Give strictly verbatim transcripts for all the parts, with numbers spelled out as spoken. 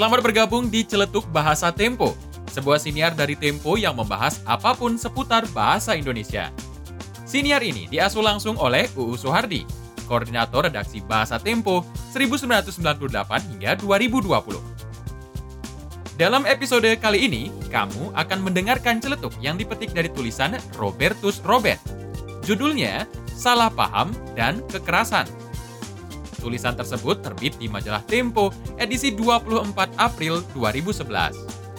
Selamat bergabung di Celetuk Bahasa Tempo, sebuah siniar dari Tempo yang membahas apapun seputar bahasa Indonesia. Siniar ini diasuh langsung oleh U U Soehardi, Koordinator Redaksi Bahasa Tempo seribu sembilan ratus sembilan puluh delapan hingga dua ribu dua puluh. Dalam episode kali ini, kamu akan mendengarkan celetuk yang dipetik dari tulisan Robertus Robert. Judulnya, Salah Paham dan Kekerasan. Tulisan tersebut terbit di majalah Tempo edisi dua puluh empat April dua ribu sebelas.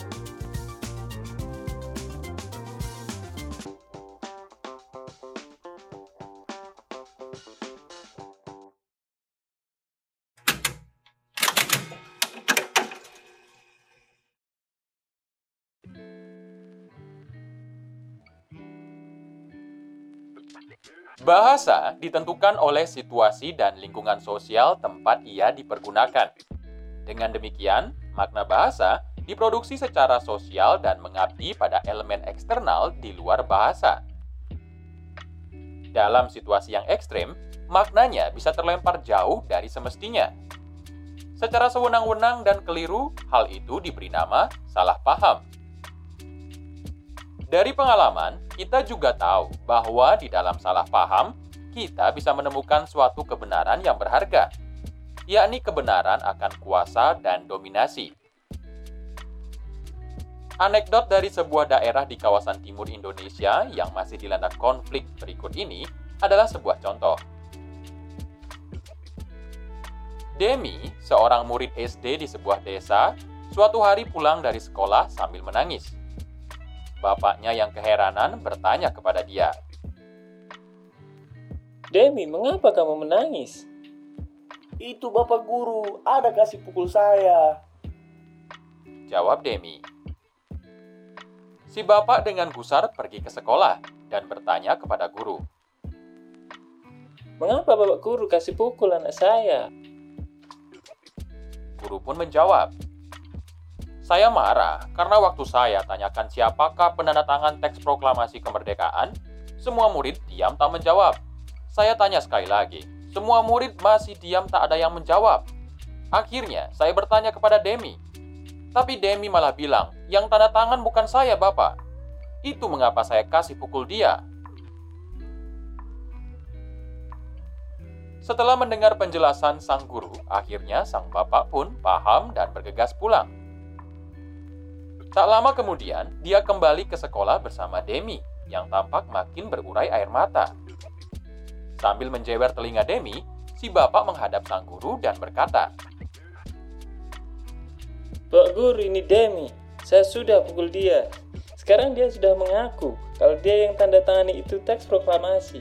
Bahasa ditentukan oleh situasi dan lingkungan sosial tempat ia dipergunakan. Dengan demikian, makna bahasa diproduksi secara sosial dan mengabdi pada elemen eksternal di luar bahasa. Dalam situasi yang ekstrem, maknanya bisa terlempar jauh dari semestinya. Secara sewenang-wenang dan keliru, hal itu diberi nama salah paham. Dari pengalaman, kita juga tahu bahwa di dalam salah paham, kita bisa menemukan suatu kebenaran yang berharga, yakni kebenaran akan kuasa dan dominasi. Anekdot dari sebuah daerah di kawasan timur Indonesia yang masih dilanda konflik berikut ini adalah sebuah contoh. Demi, seorang murid S D di sebuah desa, suatu hari pulang dari sekolah sambil menangis. Bapaknya yang keheranan bertanya kepada dia, "Demi, mengapa kamu menangis?" "Itu Bapak Guru, ada kasih pukul saya," jawab Demi. Si bapak dengan gusar pergi ke sekolah dan bertanya kepada guru, "Mengapa Bapak Guru kasih pukul anak saya?" Guru pun menjawab, "Saya marah karena waktu saya tanyakan siapakah penandatangan teks proklamasi kemerdekaan, semua murid diam tak menjawab. Saya tanya sekali lagi, semua murid masih diam tak ada yang menjawab. Akhirnya saya bertanya kepada Demi, tapi Demi malah bilang, yang tanda tangan bukan saya Bapak. Itu mengapa saya kasih pukul dia." Setelah mendengar penjelasan sang guru, akhirnya sang bapak pun paham dan bergegas pulang. Tak lama kemudian, dia kembali ke sekolah bersama Demi, yang tampak makin berurai air mata. Sambil menjewer telinga Demi, si bapak menghadap sang guru dan berkata, "Pak Guru, ini Demi. Saya sudah pukul dia. Sekarang dia sudah mengaku kalau dia yang tanda tangani itu teks proklamasi."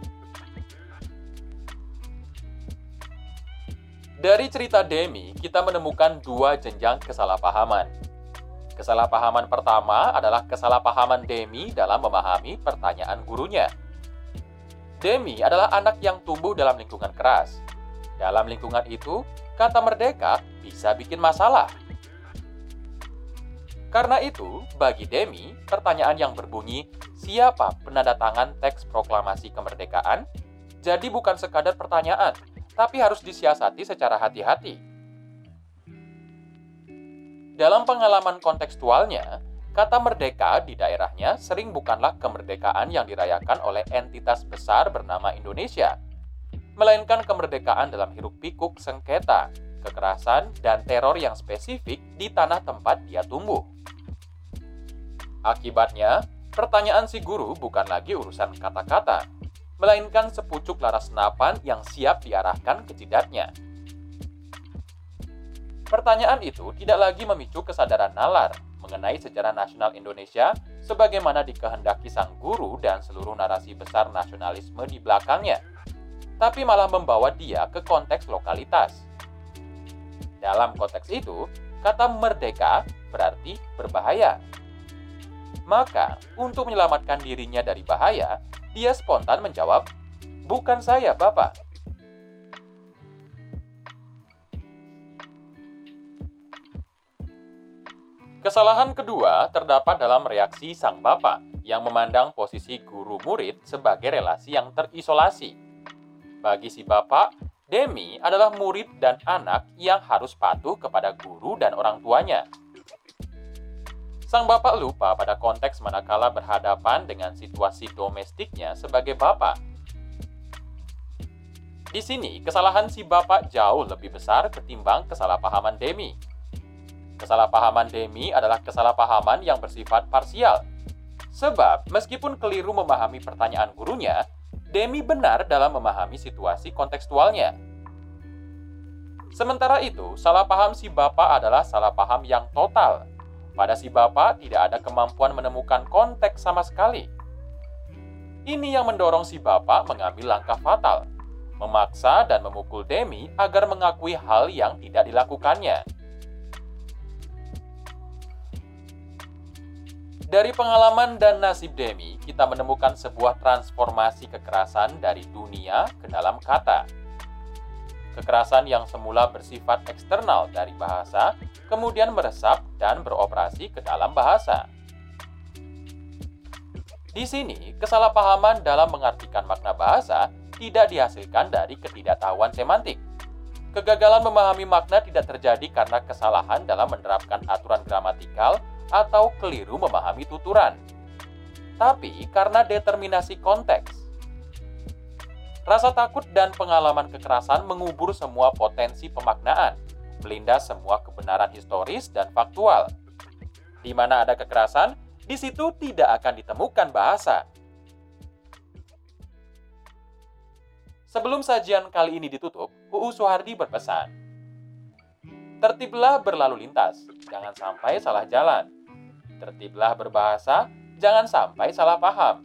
Dari cerita Demi, kita menemukan dua jenjang kesalahpahaman. Kesalahpahaman pertama adalah kesalahpahaman Demi dalam memahami pertanyaan gurunya. Demi adalah anak yang tumbuh dalam lingkungan keras. Dalam lingkungan itu, kata merdeka bisa bikin masalah. Karena itu, bagi Demi, pertanyaan yang berbunyi, siapa penandatangan teks proklamasi kemerdekaan, jadi bukan sekadar pertanyaan, tapi harus disiasati secara hati-hati. Dalam pengalaman kontekstualnya, kata merdeka di daerahnya sering bukanlah kemerdekaan yang dirayakan oleh entitas besar bernama Indonesia, melainkan kemerdekaan dalam hiruk-pikuk sengketa, kekerasan, dan teror yang spesifik di tanah tempat dia tumbuh. Akibatnya, pertanyaan si guru bukan lagi urusan kata-kata, melainkan sepucuk laras senapan yang siap diarahkan ke jidatnya. Pertanyaan itu tidak lagi memicu kesadaran nalar mengenai sejarah nasional Indonesia sebagaimana dikehendaki sang guru dan seluruh narasi besar nasionalisme di belakangnya, tapi malah membawa dia ke konteks lokalitas. Dalam konteks itu, kata merdeka berarti berbahaya. Maka, untuk menyelamatkan dirinya dari bahaya, dia spontan menjawab, "Bukan saya, Bapak." Kesalahan kedua terdapat dalam reaksi sang bapak yang memandang posisi guru murid sebagai relasi yang terisolasi. Bagi si bapak, Demi adalah murid dan anak yang harus patuh kepada guru dan orang tuanya. Sang bapak lupa pada konteks manakala berhadapan dengan situasi domestiknya sebagai bapak. Di sini, kesalahan si bapak jauh lebih besar ketimbang kesalahpahaman Demi. Kesalahpahaman Demi adalah kesalahpahaman yang bersifat parsial. Sebab, meskipun keliru memahami pertanyaan gurunya, Demi benar dalam memahami situasi kontekstualnya. Sementara itu, salah paham si bapak adalah salah paham yang total. Pada si bapak tidak ada kemampuan menemukan konteks sama sekali. Ini yang mendorong si bapak mengambil langkah fatal, memaksa dan memukul Demi agar mengakui hal yang tidak dilakukannya. Dari pengalaman dan nasib Demi, kita menemukan sebuah transformasi kekerasan dari dunia ke dalam kata. Kekerasan yang semula bersifat eksternal dari bahasa, kemudian meresap dan beroperasi ke dalam bahasa. Di sini, kesalahpahaman dalam mengartikan makna bahasa tidak dihasilkan dari ketidaktahuan semantik. Kegagalan memahami makna tidak terjadi karena kesalahan dalam menerapkan aturan gramatikal atau keliru memahami tuturan, tapi karena determinasi konteks. Rasa takut dan pengalaman kekerasan mengubur semua potensi pemaknaan, melindas semua kebenaran historis dan faktual. Di mana ada kekerasan, di situ tidak akan ditemukan bahasa. Sebelum sajian kali ini ditutup, U U Suhardi berpesan, tertiblah berlalu lintas, jangan sampai salah jalan. Tertiblah berbahasa, jangan sampai salah paham.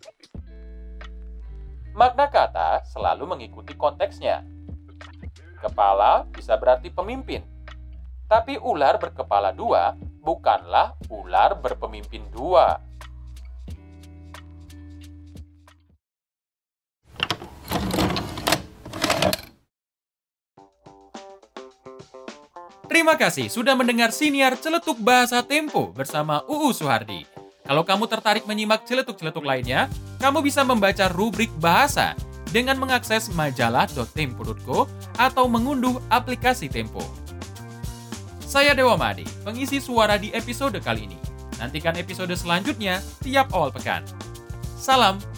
Makna kata selalu mengikuti konteksnya. Kepala bisa berarti pemimpin, tapi ular berkepala dua bukanlah ular berpemimpin dua. Terima kasih sudah mendengar siniar Celetuk Bahasa Tempo bersama U U Suhardi. Kalau kamu tertarik menyimak celetuk-celetuk lainnya, kamu bisa membaca rubrik bahasa dengan mengakses majalah dot tempo dot co atau mengunduh aplikasi Tempo. Saya Dewa Made, pengisi suara di episode kali ini. Nantikan episode selanjutnya tiap awal pekan. Salam